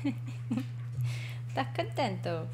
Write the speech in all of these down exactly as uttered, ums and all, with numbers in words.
¿Estás contento?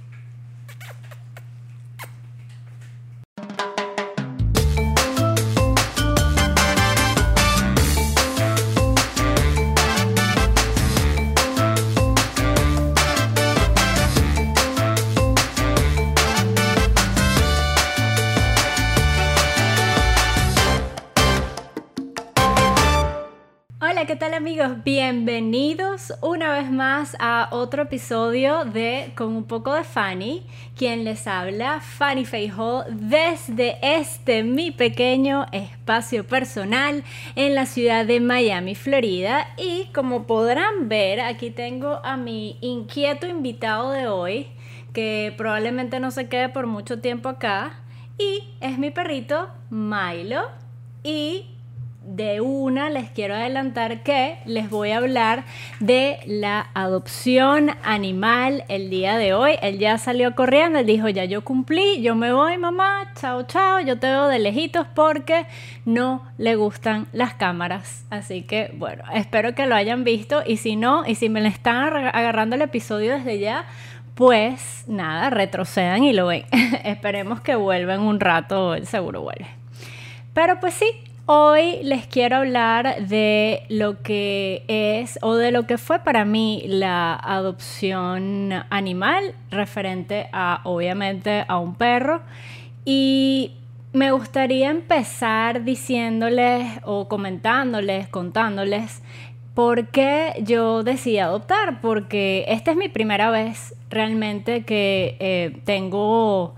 Hola, ¿qué tal amigos? Bienvenidos una vez más a otro episodio de Con un poco de Fanny, quien les habla, Fanny Feijó, desde este mi pequeño espacio personal en la ciudad de Miami, Florida. Y como podrán ver, aquí tengo a mi inquieto invitado de hoy, que probablemente no se quede por mucho tiempo acá, y es mi perrito Milo. Y de una les quiero adelantar que les voy a hablar de la adopción animal el día de hoy. Él ya salió corriendo, él dijo: ya yo cumplí, yo me voy, mamá, chao chao, yo te veo de lejitos porque no le gustan las cámaras. Así que bueno, espero que lo hayan visto, y si no, y si me le están agarrando el episodio desde ya, pues nada, retrocedan y lo ven. Esperemos que vuelva en un rato, él seguro vuelve. Pero pues sí, hoy les quiero hablar de lo que es o de lo que fue para mí la adopción animal referente a, obviamente, a un perro. Y me gustaría empezar diciéndoles o comentándoles, contándoles por qué yo decidí adoptar, porque esta es mi primera vez realmente que eh, tengo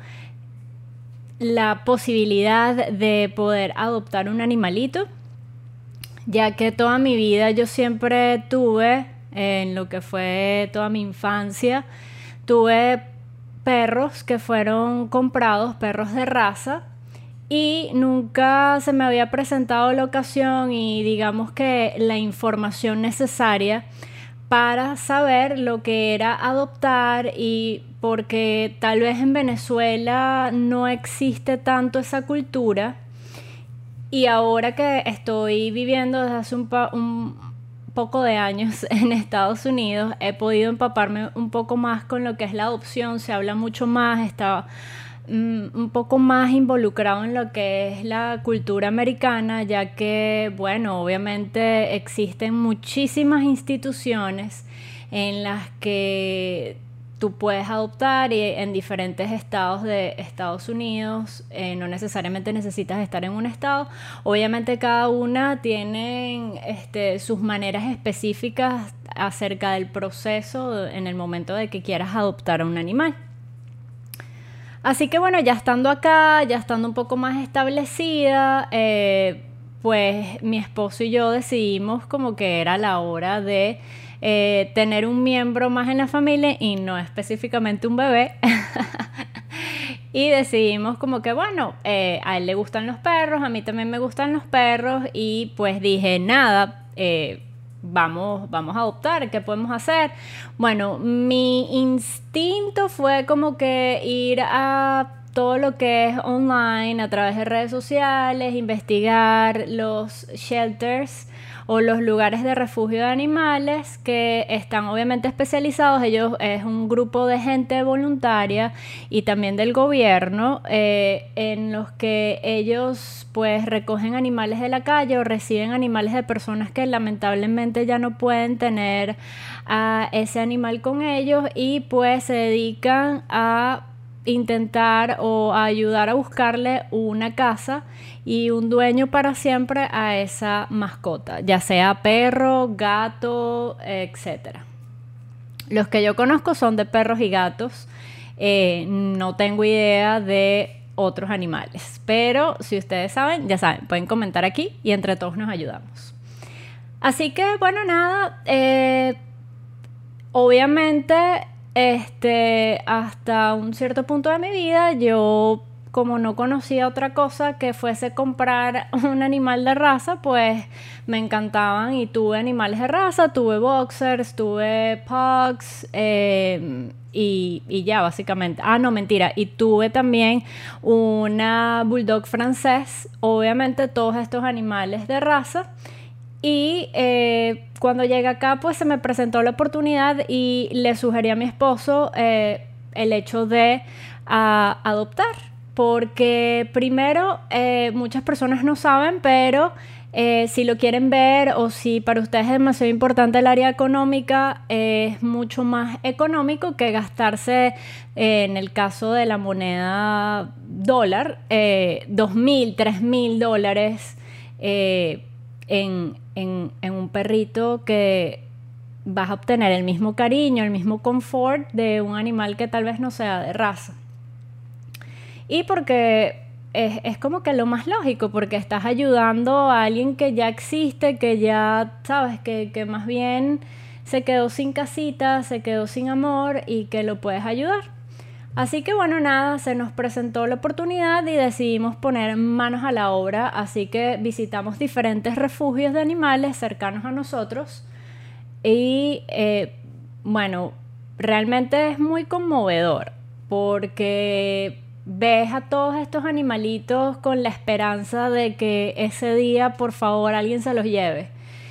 la posibilidad de poder adoptar un animalito, ya que toda mi vida yo siempre tuve, en lo que fue toda mi infancia, tuve perros que fueron comprados, perros de raza, y nunca se me había presentado la ocasión y digamos que la información necesaria para saber lo que era adoptar, y porque tal vez en Venezuela no existe tanto esa cultura, y ahora que estoy viviendo desde hace un, pa- un poco de años en Estados Unidos, he podido empaparme un poco más con lo que es la adopción. Se habla mucho más, está mm, un poco más involucrado en lo que es la cultura americana, ya que, bueno, obviamente existen muchísimas instituciones en las que tú puedes adoptar, y en diferentes estados de Estados Unidos. Eh, no necesariamente necesitas estar en un estado. Obviamente cada una tiene este, sus maneras específicas acerca del proceso en el momento de que quieras adoptar a un animal. Así que bueno, ya estando acá, ya estando un poco más establecida, eh, pues mi esposo y yo decidimos como que era la hora de eh, tener un miembro más en la familia, y no específicamente un bebé. Y decidimos como que bueno, eh, a él le gustan los perros, a mí también me gustan los perros, y pues dije, nada, eh, Vamos, vamos a adoptar, ¿qué podemos hacer? Bueno, mi instinto fue como que ir a todo lo que es online, a través de redes sociales, investigar los shelters o los lugares de refugio de animales que están obviamente especializados. Ellos es un grupo de gente voluntaria y también del gobierno, eh, en los que ellos pues recogen animales de la calle o reciben animales de personas que lamentablemente ya no pueden tener a ese animal con ellos, y pues se dedican a intentar o a ayudar a buscarle una casa y un dueño para siempre a esa mascota, ya sea perro, gato, etcétera. Los que yo conozco son de perros y gatos. Eh, no tengo idea de otros animales, pero si ustedes saben, ya saben, pueden comentar aquí y entre todos nos ayudamos. Así que bueno, nada, eh, obviamente este, hasta un cierto punto de mi vida, yo, como no conocía otra cosa que fuese comprar un animal de raza, pues me encantaban, y tuve animales de raza, tuve boxers, tuve pugs, eh, y, y ya básicamente. Ah, no, mentira, y tuve también una bulldog francés. Obviamente todos estos animales de raza. Y eh, cuando llegué acá, pues se me presentó la oportunidad y le sugerí a mi esposo eh, el hecho de uh, adoptar. Porque primero, eh, muchas personas no saben, pero eh, si lo quieren ver o si para ustedes es demasiado importante el área económica, eh, es mucho más económico que gastarse, eh, en el caso de la moneda dólar, eh, dos mil, tres mil dólares eh, en, en, en un perrito que vas a obtener el mismo cariño, el mismo confort de un animal que tal vez no sea de raza. Y porque es, es como que lo más lógico, porque estás ayudando a alguien que ya existe, que ya, sabes, que, que más bien se quedó sin casita, se quedó sin amor y que lo puedes ayudar. Así que bueno, nada, se nos presentó la oportunidad y decidimos poner manos a la obra, así que visitamos diferentes refugios de animales cercanos a nosotros y eh, bueno, realmente es muy conmovedor porque ves a todos estos animalitos con la esperanza de que ese día por favor alguien se los lleve.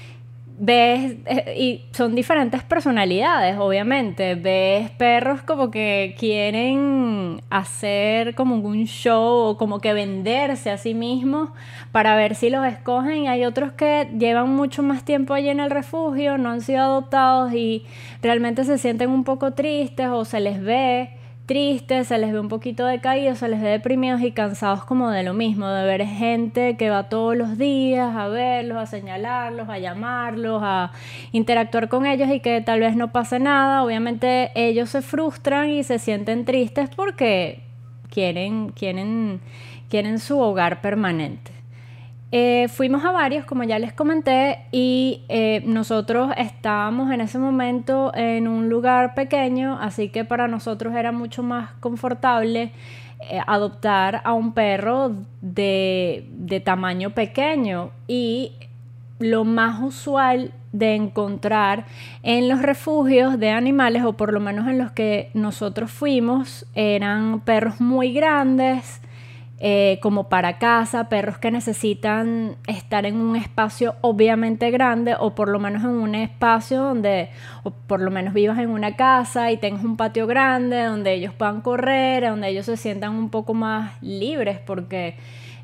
Ves, eh, y son diferentes personalidades, obviamente. Ves perros como que quieren hacer como un show o como que venderse a sí mismos para ver si los escogen. Y hay otros que llevan mucho más tiempo allí en el refugio, no han sido adoptados y realmente se sienten un poco tristes o se les ve tristes, se les ve un poquito decaídos, se les ve deprimidos y cansados como de lo mismo, de ver gente que va todos los días a verlos, a señalarlos, a llamarlos, a interactuar con ellos y que tal vez no pase nada. Obviamente ellos se frustran y se sienten tristes porque quieren, quieren, quieren su hogar permanente. Eh, fuimos a varios, como ya les comenté, y eh, nosotros estábamos en ese momento en un lugar pequeño, así que para nosotros era mucho más confortable eh, adoptar a un perro de, de tamaño pequeño. Y lo más usual de encontrar en los refugios de animales, o por lo menos en los que nosotros fuimos, eran perros muy grandes, Eh, como para casa, perros que necesitan estar en un espacio obviamente grande o por lo menos en un espacio donde, o por lo menos vivas en una casa y tengas un patio grande donde ellos puedan correr, donde ellos se sientan un poco más libres, porque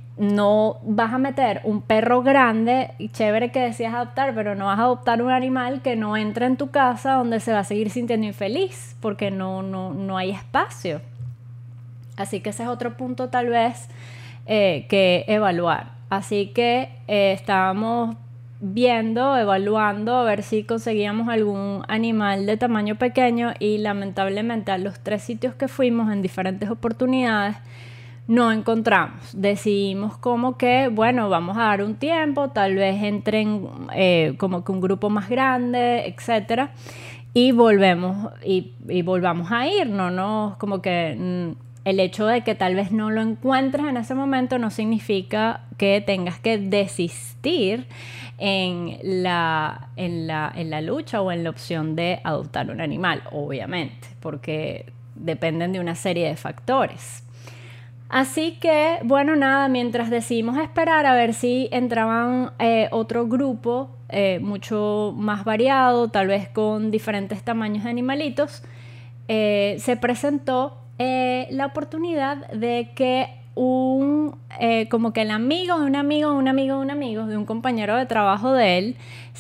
no vas a meter un perro grande, y chévere que decías adoptar, pero no vas a adoptar un animal que no entra en tu casa donde se va a seguir sintiendo infeliz porque no, no, no hay espacio. Así que ese es otro punto tal vez eh, que evaluar. Así que eh, estábamos viendo, evaluando a ver si conseguíamos algún animal de tamaño pequeño y lamentablemente a los tres sitios que fuimos en diferentes oportunidades no encontramos. Decidimos como que, bueno, vamos a dar un tiempo, tal vez entren eh, como que un grupo más grande, etcétera, y volvemos y, y volvamos a ir, no, no, como que mm, el hecho de que tal vez no lo encuentres en ese momento no significa que tengas que desistir en la, en la, en la lucha o en la opción de adoptar un animal, obviamente, porque dependen de una serie de factores. Así que, bueno, nada, mientras decidimos esperar a ver si entraban eh, otro grupo eh, mucho más variado, tal vez con diferentes tamaños de animalitos, eh, se presentó Eh, la oportunidad de que un, eh, como que el amigo de un amigo, un amigo de un amigo, de un compañero de trabajo de él,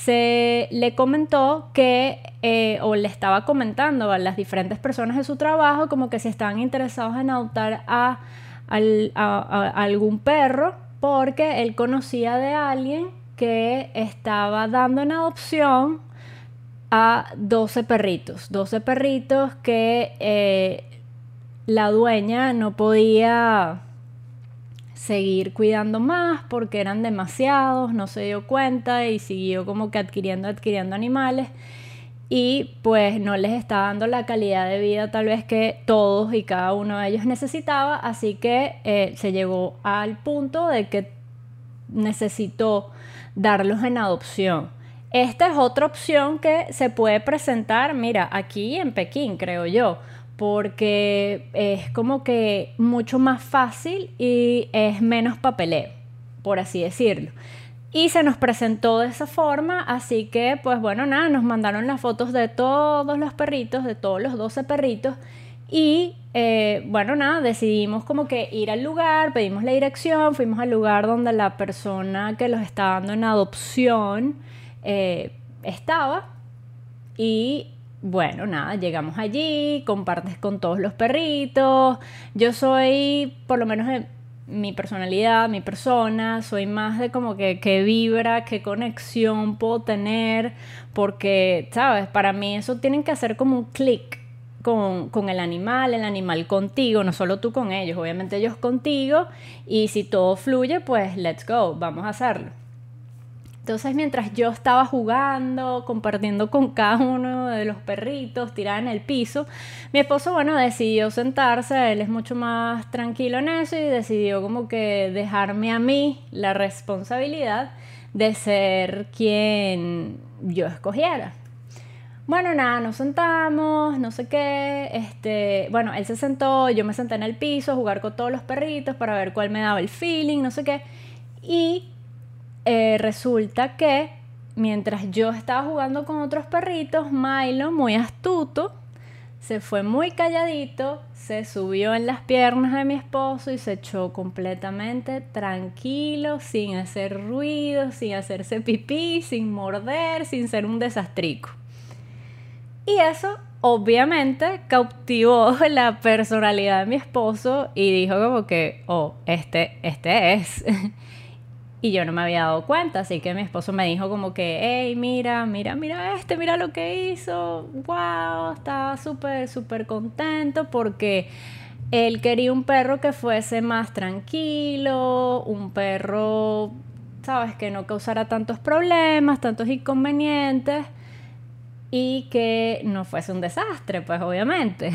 se le comentó que, eh, o le estaba comentando a las diferentes personas de su trabajo, como que si estaban interesados en adoptar a, a, a, a algún perro, porque él conocía de alguien que estaba dando en adopción a doce perritos, doce perritos que eh, la dueña no podía seguir cuidando más porque eran demasiados, no se dio cuenta y siguió como que adquiriendo, adquiriendo animales y pues no les estaba dando la calidad de vida tal vez que todos y cada uno de ellos necesitaba, así que eh, se llegó al punto de que necesitó darlos en adopción. Esta es otra opción que se puede presentar, mira, aquí en Pekín, creo yo, porque es como que mucho más fácil y es menos papeleo, por así decirlo. Y se nos presentó de esa forma, así que pues bueno, nada, nos mandaron las fotos de todos los perritos, de todos los doce perritos. Y eh, bueno, nada, decidimos como que ir al lugar, pedimos la dirección, fuimos al lugar donde la persona que los estaba dando en adopción eh, estaba. Y bueno, nada, llegamos allí, compartes con todos los perritos. Yo soy, por lo menos en mi personalidad, mi persona, soy más de como que qué vibra, qué conexión puedo tener, porque, ¿sabes? Para mí eso tienen que hacer como un clic con, con el animal, el animal contigo, no solo tú con ellos, obviamente ellos contigo, y si todo fluye, pues let's go, vamos a hacerlo. Entonces, mientras yo estaba jugando, compartiendo con cada uno de los perritos, tirada en el piso, mi esposo, bueno, decidió sentarse, él es mucho más tranquilo en eso y decidió como que dejarme a mí la responsabilidad de ser quien yo escogiera. Bueno, nada, nos sentamos, no sé qué, este, bueno, él se sentó, yo me senté en el piso a jugar con todos los perritos para ver cuál me daba el feeling, no sé qué, y Eh, resulta que mientras yo estaba jugando con otros perritos, Milo, muy astuto, se fue muy calladito, se subió en las piernas de mi esposo y se echó completamente tranquilo, sin hacer ruido, sin hacerse pipí, sin morder, sin ser un desastrico. Y eso obviamente cautivó la personalidad de mi esposo y dijo como que, oh, este, este es... Y yo no me había dado cuenta, así que mi esposo me dijo como que, hey, mira, mira, mira este, mira lo que hizo, wow, estaba súper, súper contento porque él quería un perro que fuese más tranquilo, un perro, sabes, que no causara tantos problemas, tantos inconvenientes y que no fuese un desastre, pues obviamente.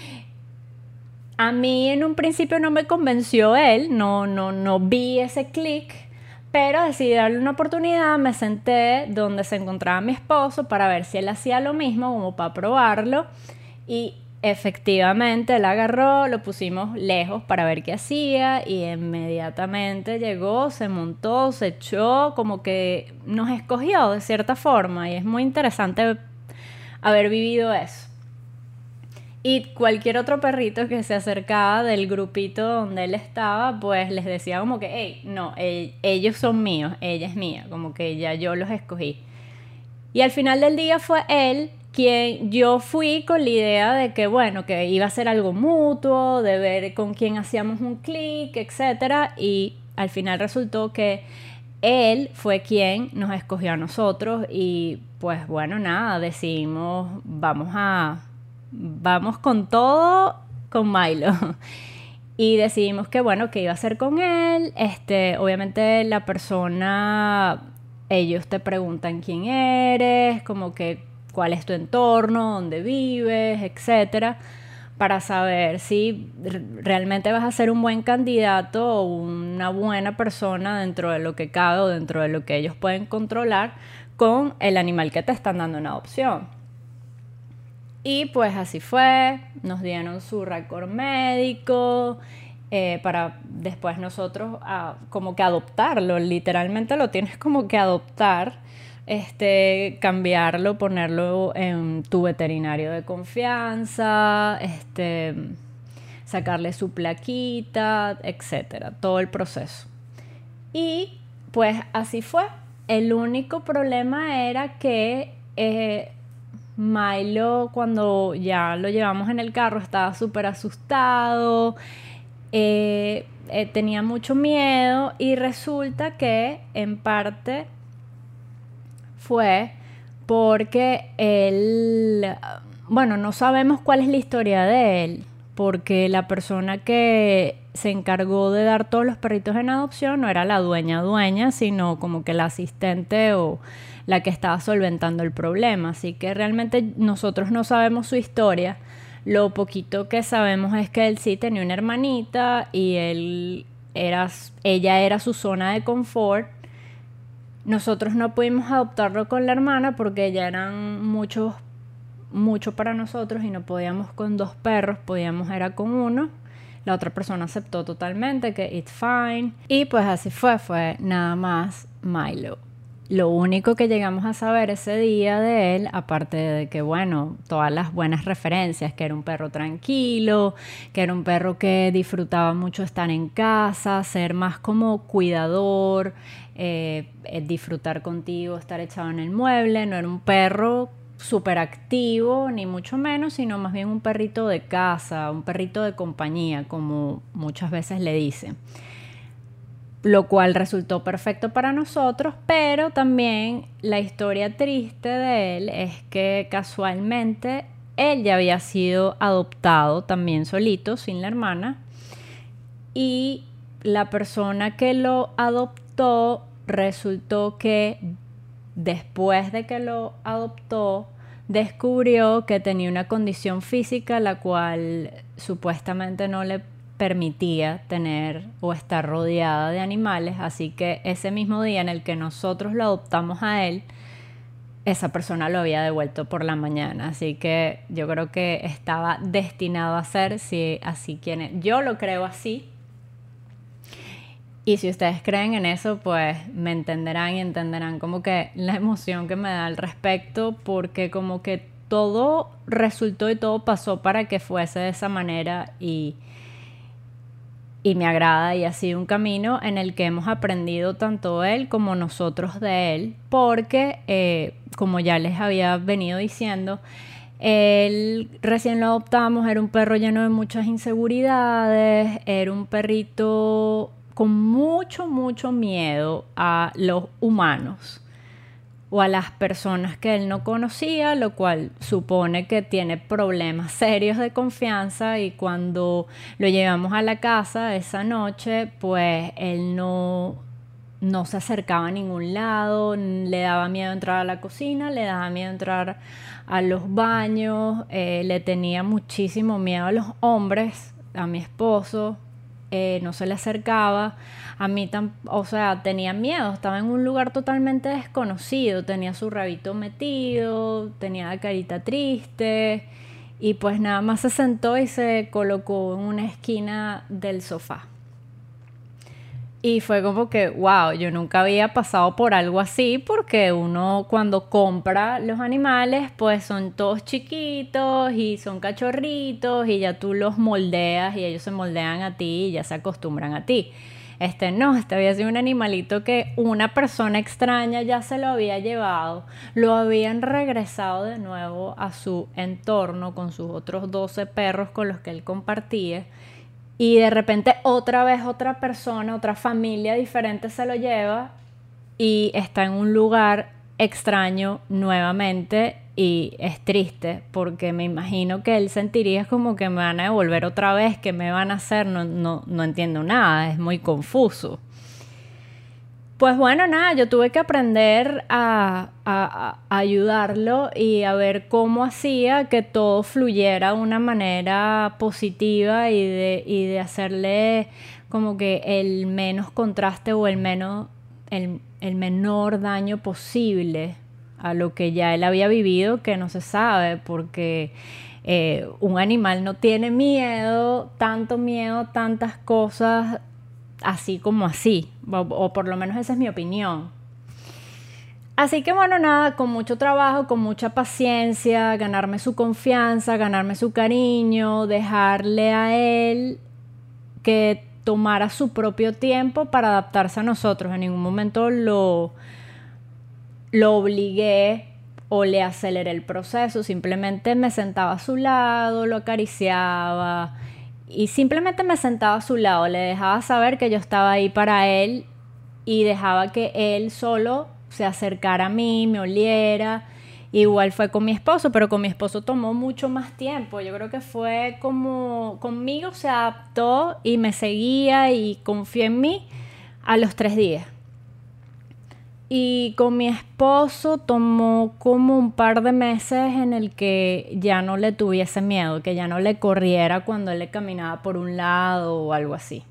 A mí en un principio no me convenció él, no, no, no vi ese clic. Pero decidí darle una oportunidad, me senté donde se encontraba mi esposo para ver si él hacía lo mismo, como para probarlo. Y efectivamente él agarró, lo pusimos lejos para ver qué hacía y inmediatamente llegó, se montó, se echó, como que nos escogió de cierta forma. Y es muy interesante haber vivido eso. Y cualquier otro perrito que se acercaba del grupito donde él estaba, pues les decía como que, hey, no, el, ellos son míos, ella es mía, como que ya yo los escogí. Y al final del día fue él quien yo fui con la idea de que, bueno, que iba a ser algo mutuo, de ver con quién hacíamos un clic, etcétera. Y al final resultó que él fue quien nos escogió a nosotros y pues bueno, nada, decidimos, vamos a... vamos con todo con Milo. Y decidimos que bueno, que iba a hacer con él. Este, obviamente la persona, ellos te preguntan quién eres, como que cuál es tu entorno, dónde vives, etcétera, para saber si realmente vas a ser un buen candidato o una buena persona dentro de lo que cabe o dentro de lo que ellos pueden controlar con el animal que te están dando en adopción. Y pues así fue, nos dieron su récord médico eh, para después nosotros a, como que adoptarlo, literalmente lo tienes como que adoptar, este, cambiarlo, ponerlo en tu veterinario de confianza, este, sacarle su plaquita, etcétera, todo el proceso. Y pues así fue. El único problema era que... Eh, Milo, cuando ya lo llevamos en el carro, estaba súper asustado, eh, eh, tenía mucho miedo y resulta que en parte fue porque él, bueno, no sabemos cuál es la historia de él, porque la persona que se encargó de dar todos los perritos en adopción no era la dueña dueña, sino como que la asistente o la que estaba solventando el problema. Así que realmente nosotros no sabemos su historia. Lo poquito que sabemos es que él sí tenía una hermanita y él era, ella era su zona de confort. Nosotros no pudimos adoptarlo con la hermana porque ya eran muchos, mucho para nosotros y no podíamos con dos perros, podíamos era con uno. La otra persona aceptó totalmente que it's fine. Y pues así fue, fue nada más Milo. Lo único que llegamos a saber ese día de él, aparte de que, bueno, todas las buenas referencias, que era un perro tranquilo, que era un perro que disfrutaba mucho estar en casa, ser más como cuidador, eh, eh, disfrutar contigo, estar echado en el mueble. No era un perro súper activo, ni mucho menos, sino más bien un perrito de casa, un perrito de compañía, como muchas veces le dicen. Lo cual resultó perfecto para nosotros, pero también la historia triste de él es que casualmente él ya había sido adoptado también solito, sin la hermana, y la persona que lo adoptó resultó que después de que lo adoptó descubrió que tenía una condición física la cual supuestamente no le permitía tener o estar rodeada de animales, así que ese mismo día en el que nosotros lo adoptamos a él, esa persona lo había devuelto por la mañana, así que yo creo que estaba destinado a ser, si así quienes, yo lo creo así, y si ustedes creen en eso, pues me entenderán y entenderán como que la emoción que me da al respecto, porque como que todo resultó y todo pasó para que fuese de esa manera y Y me agrada y ha sido un camino en el que hemos aprendido tanto él como nosotros de él, porque eh, como ya les había venido diciendo, él recién lo adoptamos, era un perro lleno de muchas inseguridades, era un perrito con mucho, mucho miedo a los humanos o a las personas que él no conocía, lo cual supone que tiene problemas serios de confianza, y cuando lo llevamos a la casa esa noche, pues él no, no se acercaba a ningún lado, le daba miedo entrar a la cocina, le daba miedo entrar a los baños, eh, le tenía muchísimo miedo a los hombres, a mi esposo. Eh, no se le acercaba, a mí tam o sea, tenía miedo, estaba en un lugar totalmente desconocido, tenía su rabito metido, tenía la carita triste, y pues nada más se sentó y se colocó en una esquina del sofá. Y fue como que, wow, yo nunca había pasado por algo así, porque uno cuando compra los animales, pues son todos chiquitos y son cachorritos y ya tú los moldeas y ellos se moldean a ti y ya se acostumbran a ti. Este no, este había sido un animalito que una persona extraña ya se lo había llevado, lo habían regresado de nuevo a su entorno con sus otros doce perros con los que él compartía. Y de repente otra vez otra persona, otra familia diferente se lo lleva y está en un lugar extraño nuevamente, y es triste porque me imagino que él sentiría como que me van a devolver otra vez, que me van a hacer, no, no, no entiendo nada, es muy confuso. Pues bueno, nada, yo tuve que aprender a, a, a ayudarlo y a ver cómo hacía que todo fluyera de una manera positiva y de, y de hacerle como que el menos contraste o el, menos, el, el menor daño posible a lo que ya él había vivido, que no se sabe, porque eh, un animal no tiene miedo, tanto miedo, tantas cosas así como así, o, o por lo menos esa es mi opinión. Así que bueno, nada, con mucho trabajo, con mucha paciencia, ganarme su confianza, ganarme su cariño, dejarle a él que tomara su propio tiempo para adaptarse a nosotros. En ningún momento lo, lo obligué o le aceleré el proceso, simplemente me sentaba a su lado, lo acariciaba y simplemente me sentaba a su lado, le dejaba saber que yo estaba ahí para él y dejaba que él solo se acercara a mí, me oliera. Igual fue con mi esposo, pero con mi esposo tomó mucho más tiempo. Yo creo que fue como conmigo se adaptó y me seguía y confió en mí a los tres días. Y con mi esposo tomó como un par de meses en el que ya no le tuviese miedo, que ya no le corriera cuando él le caminaba por un lado o algo así.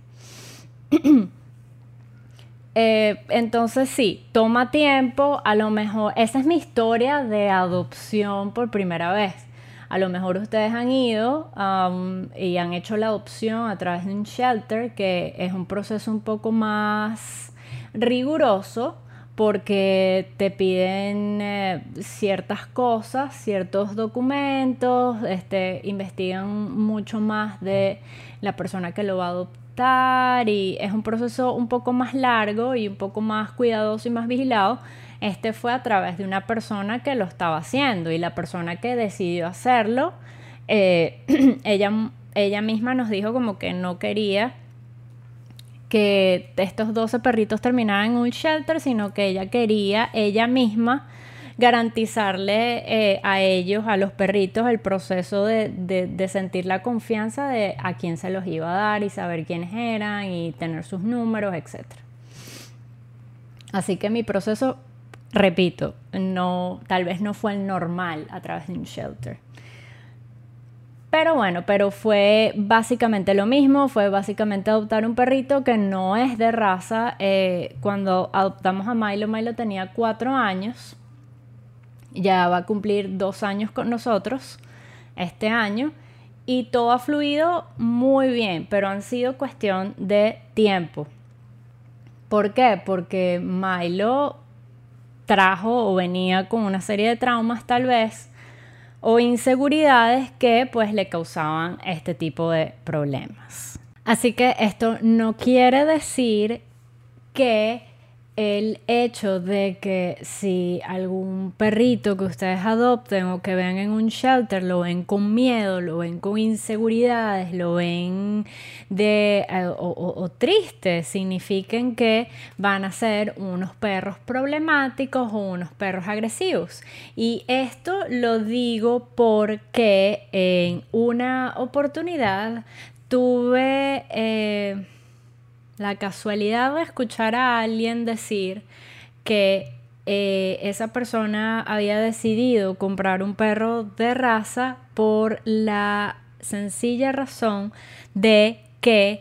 eh, entonces sí, toma tiempo, a lo mejor, esa es mi historia de adopción por primera vez. A lo mejor ustedes han ido um, y han hecho la adopción a través de un shelter, que es un proceso un poco más riguroso, porque te piden eh, ciertas cosas, ciertos documentos, este, investigan mucho más de la persona que lo va a adoptar, y es un proceso un poco más largo y un poco más cuidadoso y más vigilado. Este fue a través de una persona que lo estaba haciendo, y la persona que decidió hacerlo, eh, ella, ella misma nos dijo como que no quería que estos doce perritos terminaran en un shelter, sino que ella quería ella misma garantizarle eh, a ellos, a los perritos, el proceso de, de, de sentir la confianza de a quién se los iba a dar y saber quiénes eran y tener sus números, etcétera. Así que mi proceso, repito, no, tal vez no fue el normal a través de un shelter. Pero bueno, pero fue básicamente lo mismo, fue básicamente adoptar un perrito que no es de raza. Eh, cuando adoptamos a Milo, Milo tenía cuatro años, ya va a cumplir dos años con nosotros este año, y todo ha fluido muy bien, pero han sido cuestión de tiempo. ¿Por qué? Porque Milo trajo o venía con una serie de traumas tal vez, o inseguridades que pues le causaban este tipo de problemas. Así que esto no quiere decir que el hecho de que si algún perrito que ustedes adopten o que vean en un shelter lo ven con miedo, lo ven con inseguridades, lo ven de eh, o, o, o tristes, signifiquen que van a ser unos perros problemáticos o unos perros agresivos. Y esto lo digo porque en una oportunidad tuve eh, la casualidad de escuchar a alguien decir que eh, esa persona había decidido comprar un perro de raza por la sencilla razón de que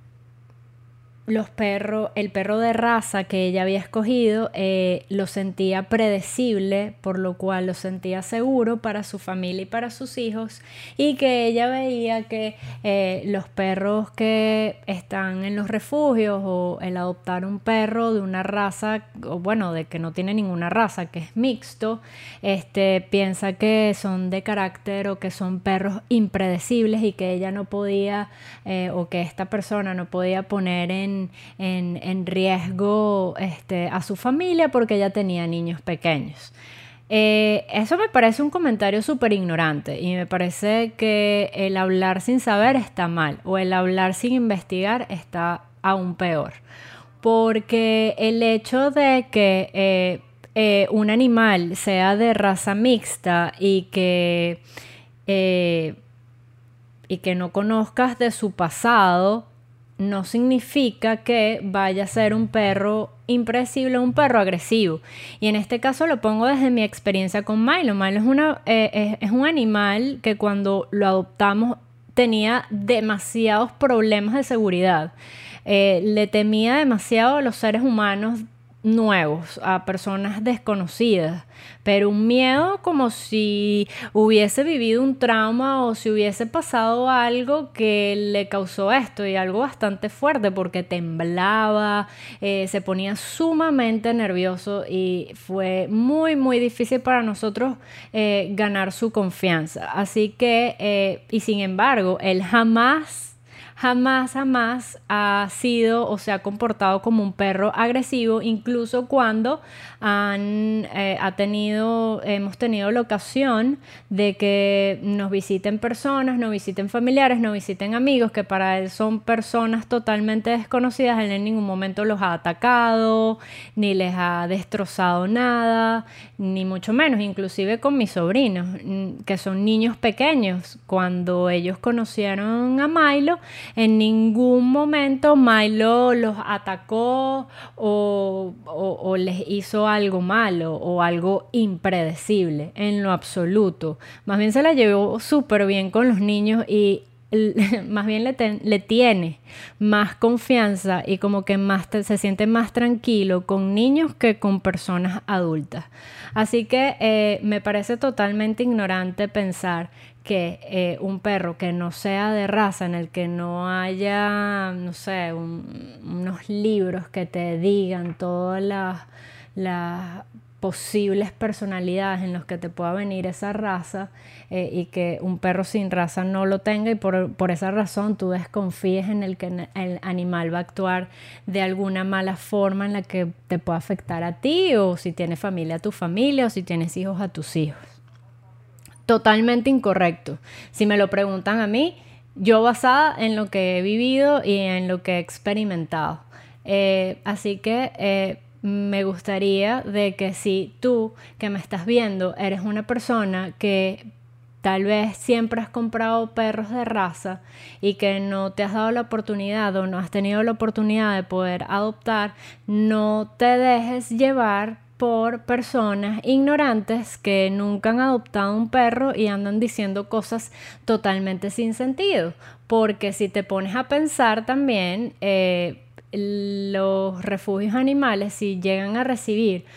los perros, el perro de raza que ella había escogido eh, lo sentía predecible, por lo cual lo sentía seguro para su familia y para sus hijos, y que ella veía que eh, los perros que están en los refugios, o el adoptar un perro de una raza, o bueno, de que no tiene ninguna raza, que es mixto, este, piensa que son de carácter o que son perros impredecibles, y que ella no podía eh, o que esta persona no podía poner en En, en riesgo este, a su familia porque ella tenía niños pequeños. Eh, eso me parece un comentario súper ignorante, y me parece que el hablar sin saber está mal, o el hablar sin investigar está aún peor, porque el hecho de que eh, eh, un animal sea de raza mixta y que, eh, y que no conozcas de su pasado no significa que vaya a ser un perro impredecible o un perro agresivo. Y en este caso lo pongo desde mi experiencia con Milo. Milo es, una, eh, es, es un animal que cuando lo adoptamos tenía demasiados problemas de seguridad. Eh, le temía demasiado a los seres humanos nuevos, a personas desconocidas, pero un miedo como si hubiese vivido un trauma o si hubiese pasado algo que le causó esto, y algo bastante fuerte, porque temblaba, eh, se ponía sumamente nervioso, y fue muy muy difícil para nosotros eh, ganar su confianza. Así que eh, y sin embargo él jamás Jamás, jamás ha sido o se ha comportado como un perro agresivo, incluso cuando han, eh, ha tenido, hemos tenido la ocasión de que nos visiten personas, nos visiten familiares, nos visiten amigos que para él son personas totalmente desconocidas. Él en ningún momento los ha atacado, ni les ha destrozado nada, ni mucho menos. Inclusive con mis sobrinos, que son niños pequeños, cuando ellos conocieron a Milo, en ningún momento Milo los atacó o, o, o les hizo algo malo o algo impredecible, en lo absoluto. Más bien se la llevó súper bien con los niños, y más bien le, ten, le tiene más confianza y como que más te, se siente más tranquilo con niños que con personas adultas. Así que eh, me parece totalmente ignorante pensar que eh, un perro que no sea de raza, en el que no haya, no sé, un, unos libros que te digan todas las, las posibles personalidades en los que te pueda venir esa raza, eh, y que un perro sin raza no lo tenga, y por, por esa razón tú desconfíes en el que el animal va a actuar de alguna mala forma en la que te pueda afectar a ti, o si tienes familia a tu familia, o si tienes hijos a tus hijos. Totalmente incorrecto. Si me lo preguntan a mí, yo basada en lo que he vivido y en lo que he experimentado. Eh, así que eh, me gustaría de que si tú que me estás viendo eres una persona que tal vez siempre has comprado perros de raza y que no te has dado la oportunidad o no has tenido la oportunidad de poder adoptar, no te dejes llevar por personas ignorantes que nunca han adoptado un perro y andan diciendo cosas totalmente sin sentido. Porque si te pones a pensar también, eh, los refugios animales, si llegan a recibir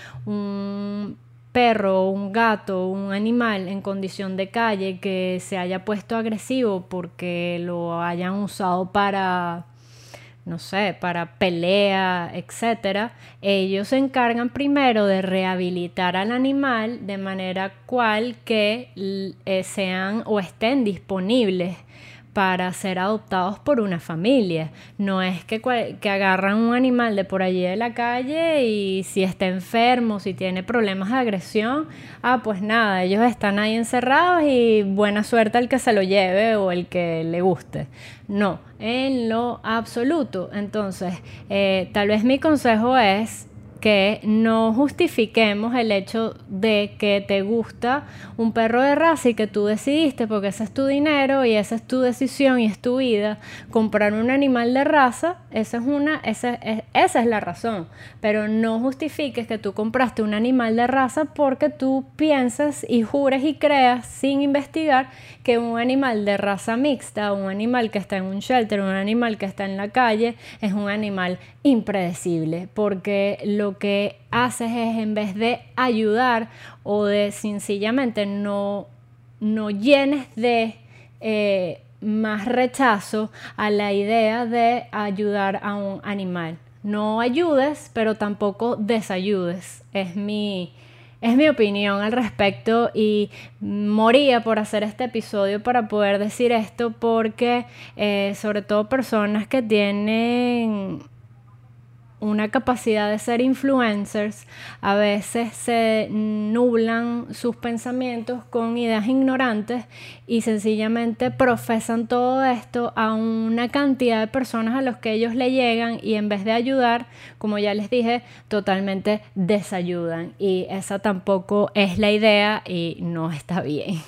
un perro, un gato, un animal en condición de calle que se haya puesto agresivo porque lo hayan usado para, no sé, para pelea, etcétera, ellos se encargan primero de rehabilitar al animal de manera cual que eh, sean o estén disponibles para ser adoptados por una familia. No es que, que agarran un animal de por allí de la calle y si está enfermo, si tiene problemas de agresión, ah, pues nada, ellos están ahí encerrados y buena suerte al que se lo lleve o el que le guste. No, en lo absoluto. Entonces, eh, tal vez mi consejo es que no justifiquemos el hecho de que te gusta un perro de raza y que tú decidiste, porque ese es tu dinero y esa es tu decisión y es tu vida, comprar un animal de raza. Esa es una, esa es, esa es la razón. Pero no justifiques que tú compraste un animal de raza porque tú piensas y juras y creas sin investigar que un animal de raza mixta, un animal que está en un shelter, un animal que está en la calle, es un animal impredecible, porque lo que haces es, en vez de ayudar o de sencillamente no, no llenes de eh, más rechazo a la idea de ayudar a un animal. No ayudes, pero tampoco desayudes. Es mi, es mi opinión al respecto, y moría por hacer este episodio para poder decir esto, porque eh, sobre todo personas que tienen una capacidad de ser influencers, a veces se nublan sus pensamientos con ideas ignorantes y sencillamente profesan todo esto a una cantidad de personas a los que ellos le llegan, y en vez de ayudar, como ya les dije, totalmente desayudan, y esa tampoco es la idea y no está bien.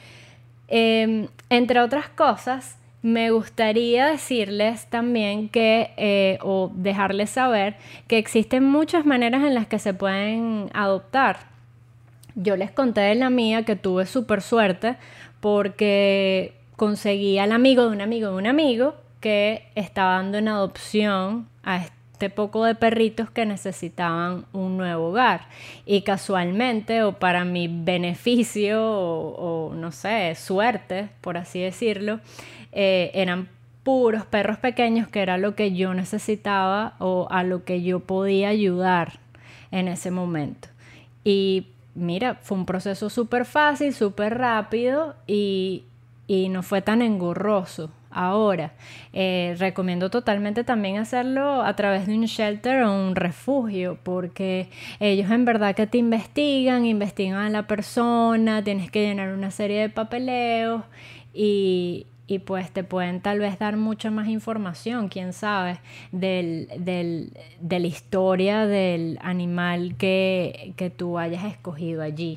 Eh, entre otras cosas, me gustaría decirles también que, eh, o dejarles saber que existen muchas maneras en las que se pueden adoptar. Yo les conté de la mía, que tuve súper suerte porque conseguí al amigo de un amigo de un amigo que estaba dando en adopción a este poco de perritos que necesitaban un nuevo hogar. Y casualmente, o para mi beneficio, o, o no sé, suerte, por así decirlo, Eh, eran puros perros pequeños, que era lo que yo necesitaba o a lo que yo podía ayudar en ese momento. Y mira, fue un proceso súper fácil, súper rápido, y, y no fue tan engorroso. Ahora, eh, recomiendo totalmente también hacerlo a través de un shelter o un refugio, porque ellos en verdad que te investigan, investigan a la persona, tienes que llenar una serie de papeleos y... y pues te pueden tal vez dar mucha más información, quién sabe, del, del, de la historia del animal que, que tú hayas escogido allí.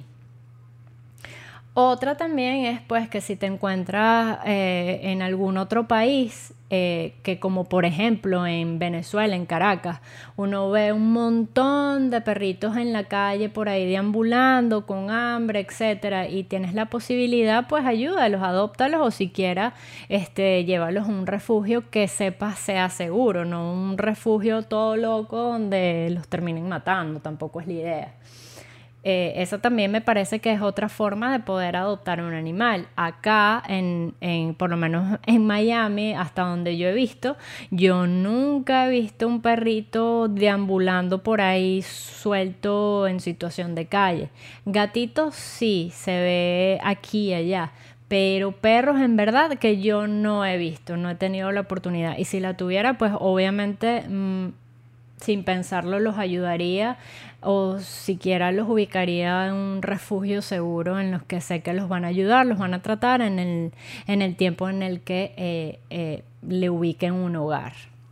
Otra también es pues que si te encuentras eh, en algún otro país Eh, que como por ejemplo en Venezuela, en Caracas, uno ve un montón de perritos en la calle por ahí deambulando con hambre, etcétera, y tienes la posibilidad, pues ayúdalos, adóptalos o siquiera este, llévalos a un refugio que sepas sea seguro, no un refugio todo loco donde los terminen matando, tampoco es la idea. Eh, esa también me parece que es otra forma de poder adoptar un animal. Acá, en, en, por lo menos en Miami, hasta donde yo he visto, yo nunca he visto un perrito deambulando por ahí suelto en situación de calle. Gatitos sí, se ve aquí y allá. Pero perros en verdad que yo no he visto, no he tenido la oportunidad. Y si la tuviera, pues obviamente mmm, sin pensarlo los ayudaría o siquiera los ubicaría en un refugio seguro en los que sé que los van a ayudar, los van a tratar en el, en el tiempo en el que eh, eh, le ubiquen un hogar.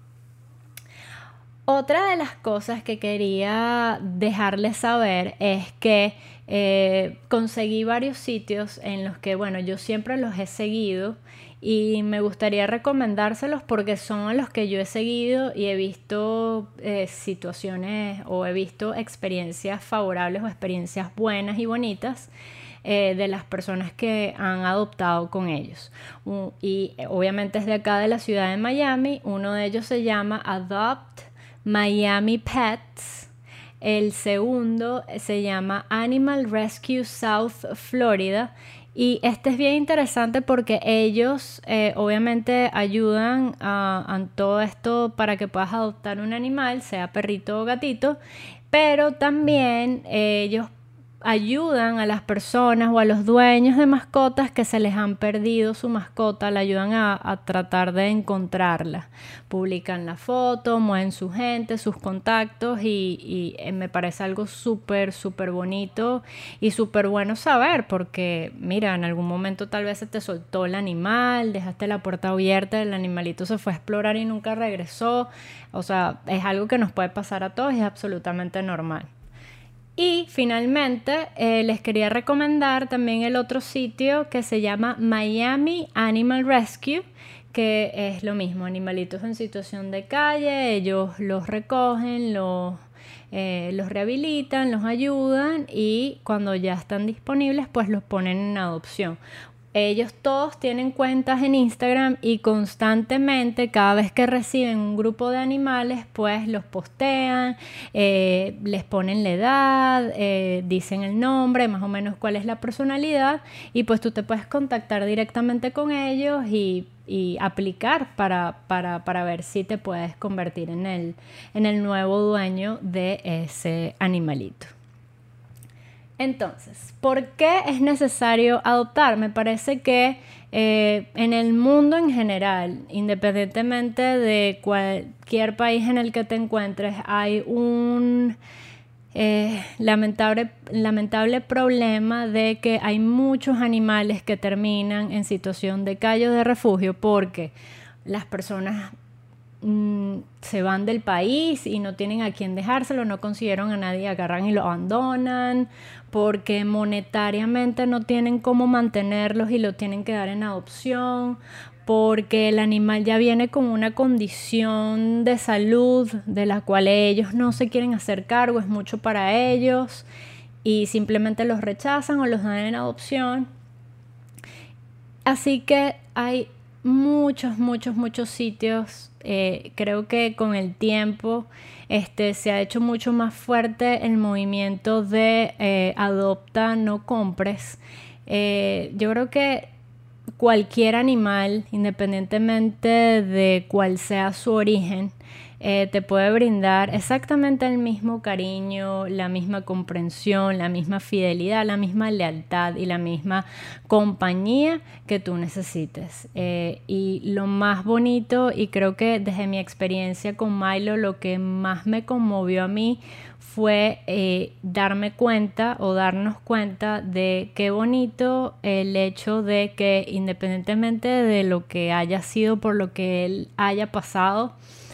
Otra de las cosas que quería dejarles saber es que eh, conseguí varios sitios en los que, bueno, yo siempre los he seguido y me gustaría recomendárselos porque son los que yo he seguido y he visto eh, situaciones o he visto experiencias favorables o experiencias buenas y bonitas eh, de las personas que han adoptado con ellos. Uh, y obviamente es de acá de la ciudad de Miami. Uno de ellos se llama Adopt Miami Pets. El segundo se llama Animal Rescue South Florida. Y este es bien interesante porque ellos eh, obviamente ayudan a, a todo esto para que puedas adoptar un animal, sea perrito o gatito, pero también eh, ellos ayudan a las personas o a los dueños de mascotas que se les han perdido su mascota, le ayudan a, a tratar de encontrarla. Publican la foto, mueven su gente, sus contactos y, y eh, me parece algo súper, súper bonito y súper bueno saber porque, mira, en algún momento tal vez se te soltó el animal, dejaste la puerta abierta, el animalito se fue a explorar y nunca regresó. O sea, es algo que nos puede pasar a todos y es absolutamente normal. Y finalmente eh, les quería recomendar también el otro sitio que se llama Miami Animal Rescue, que es lo mismo, animalitos en situación de calle, ellos los recogen, los, eh, los rehabilitan, los ayudan y cuando ya están disponibles pues los ponen en adopción. Ellos todos tienen cuentas en Instagram y constantemente, cada vez que reciben un grupo de animales, pues los postean, eh, les ponen la edad, eh, dicen el nombre, más o menos cuál es la personalidad y pues tú te puedes contactar directamente con ellos y, y aplicar para, para, para ver si te puedes convertir en el, en el nuevo dueño de ese animalito. Entonces, ¿por qué es necesario adoptar? Me parece que eh, en el mundo en general, independientemente de cualquier país en el que te encuentres, hay un eh, lamentable, lamentable problema de que hay muchos animales que terminan en situación de calle o de refugio porque las personas se van del país y no tienen a quién dejárselo, no consiguieron a nadie, agarran y lo abandonan porque monetariamente no tienen cómo mantenerlos y lo tienen que dar en adopción, porque el animal ya viene con una condición de salud de la cual ellos no se quieren hacer cargo, es mucho para ellos y simplemente los rechazan o los dan en adopción. Así que hay muchos, muchos, muchos sitios. Eh, creo que con el tiempo este, se ha hecho mucho más fuerte el movimiento de eh, adopta, no compres. Eh, yo creo que cualquier animal, independientemente de cuál sea su origen, eh, te puede brindar exactamente el mismo cariño, la misma comprensión, la misma fidelidad, la misma lealtad y la misma compañía que tú necesites. Eh, y lo más bonito, y creo que desde mi experiencia con Milo, lo que más me conmovió a mí fue eh, darme cuenta o darnos cuenta de qué bonito el hecho de que independientemente de lo que haya sido, por lo que él haya pasado,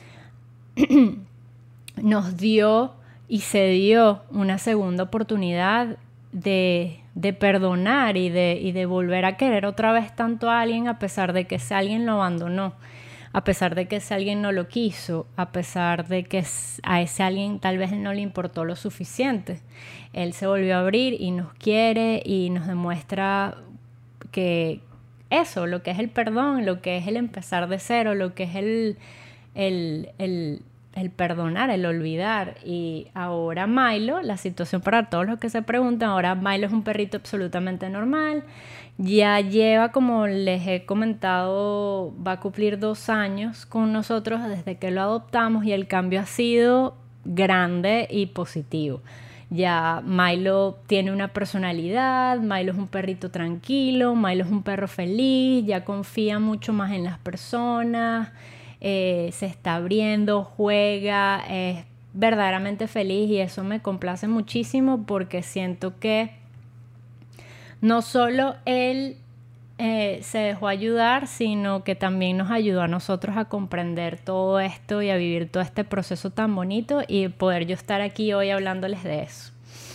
nos dio y se dio una segunda oportunidad de, de perdonar y de, y de volver a querer otra vez tanto a alguien a pesar de que ese alguien lo abandonó. a pesar de que ese alguien no lo quiso, a pesar de que a ese alguien tal vez no le importó lo suficiente. Él se volvió a abrir y nos quiere y nos demuestra que eso, lo que es el perdón, lo que es el empezar de cero, lo que es el, el, el, el perdonar, el olvidar. Y ahora Milo, la situación para todos los que se preguntan, ahora Milo es un perrito absolutamente normal. Ya lleva, como les he comentado, va a cumplir dos años con nosotros desde que lo adoptamos y el cambio ha sido grande y positivo. Ya Milo tiene una personalidad, Milo es un perrito tranquilo, Milo es un perro feliz, ya confía mucho más en las personas, eh, se está abriendo, juega, es verdaderamente feliz y eso me complace muchísimo porque siento que no solo él eh, se dejó ayudar, sino que también nos ayudó a nosotros a comprender todo esto y a vivir todo este proceso tan bonito y poder yo estar aquí hoy hablándoles de eso.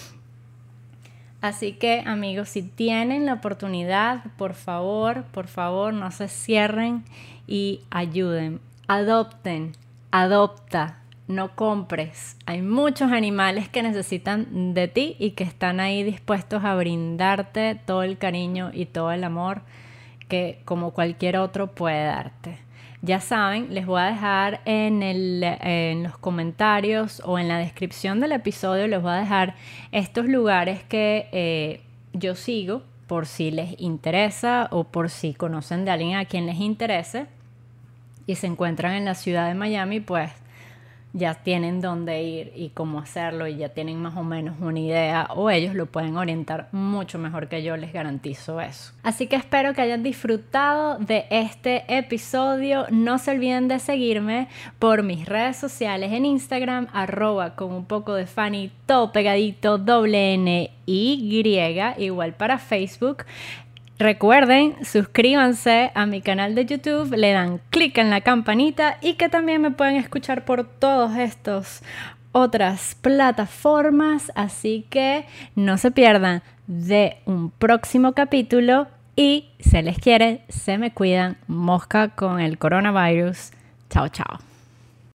Así que, amigos, si tienen la oportunidad, por favor, por favor, no se cierren y ayuden. Adopten, adopta. No compres. Hay muchos animales que necesitan de ti y que están ahí dispuestos a brindarte todo el cariño y todo el amor que como cualquier otro puede darte. Ya saben, les voy a dejar en, el, en los comentarios o en la descripción del episodio, les voy a dejar estos lugares que eh, yo sigo por si les interesa o por si conocen de alguien a quien les interese y se encuentran en la ciudad de Miami, pues ya tienen dónde ir y cómo hacerlo y ya tienen más o menos una idea o ellos lo pueden orientar mucho mejor que yo, les garantizo eso. Así que espero que hayan disfrutado de este episodio. No se olviden de seguirme por mis redes sociales en Instagram, arroba con un poco de Fanny, todo pegadito, doble N Y, igual para Facebook. Recuerden, suscríbanse a mi canal de YouTube, le dan clic en la campanita y que también me pueden escuchar por todas estas otras plataformas. Así que no se pierdan de un próximo capítulo y se les quiere, se me cuidan, mosca con el coronavirus. Chao, chao.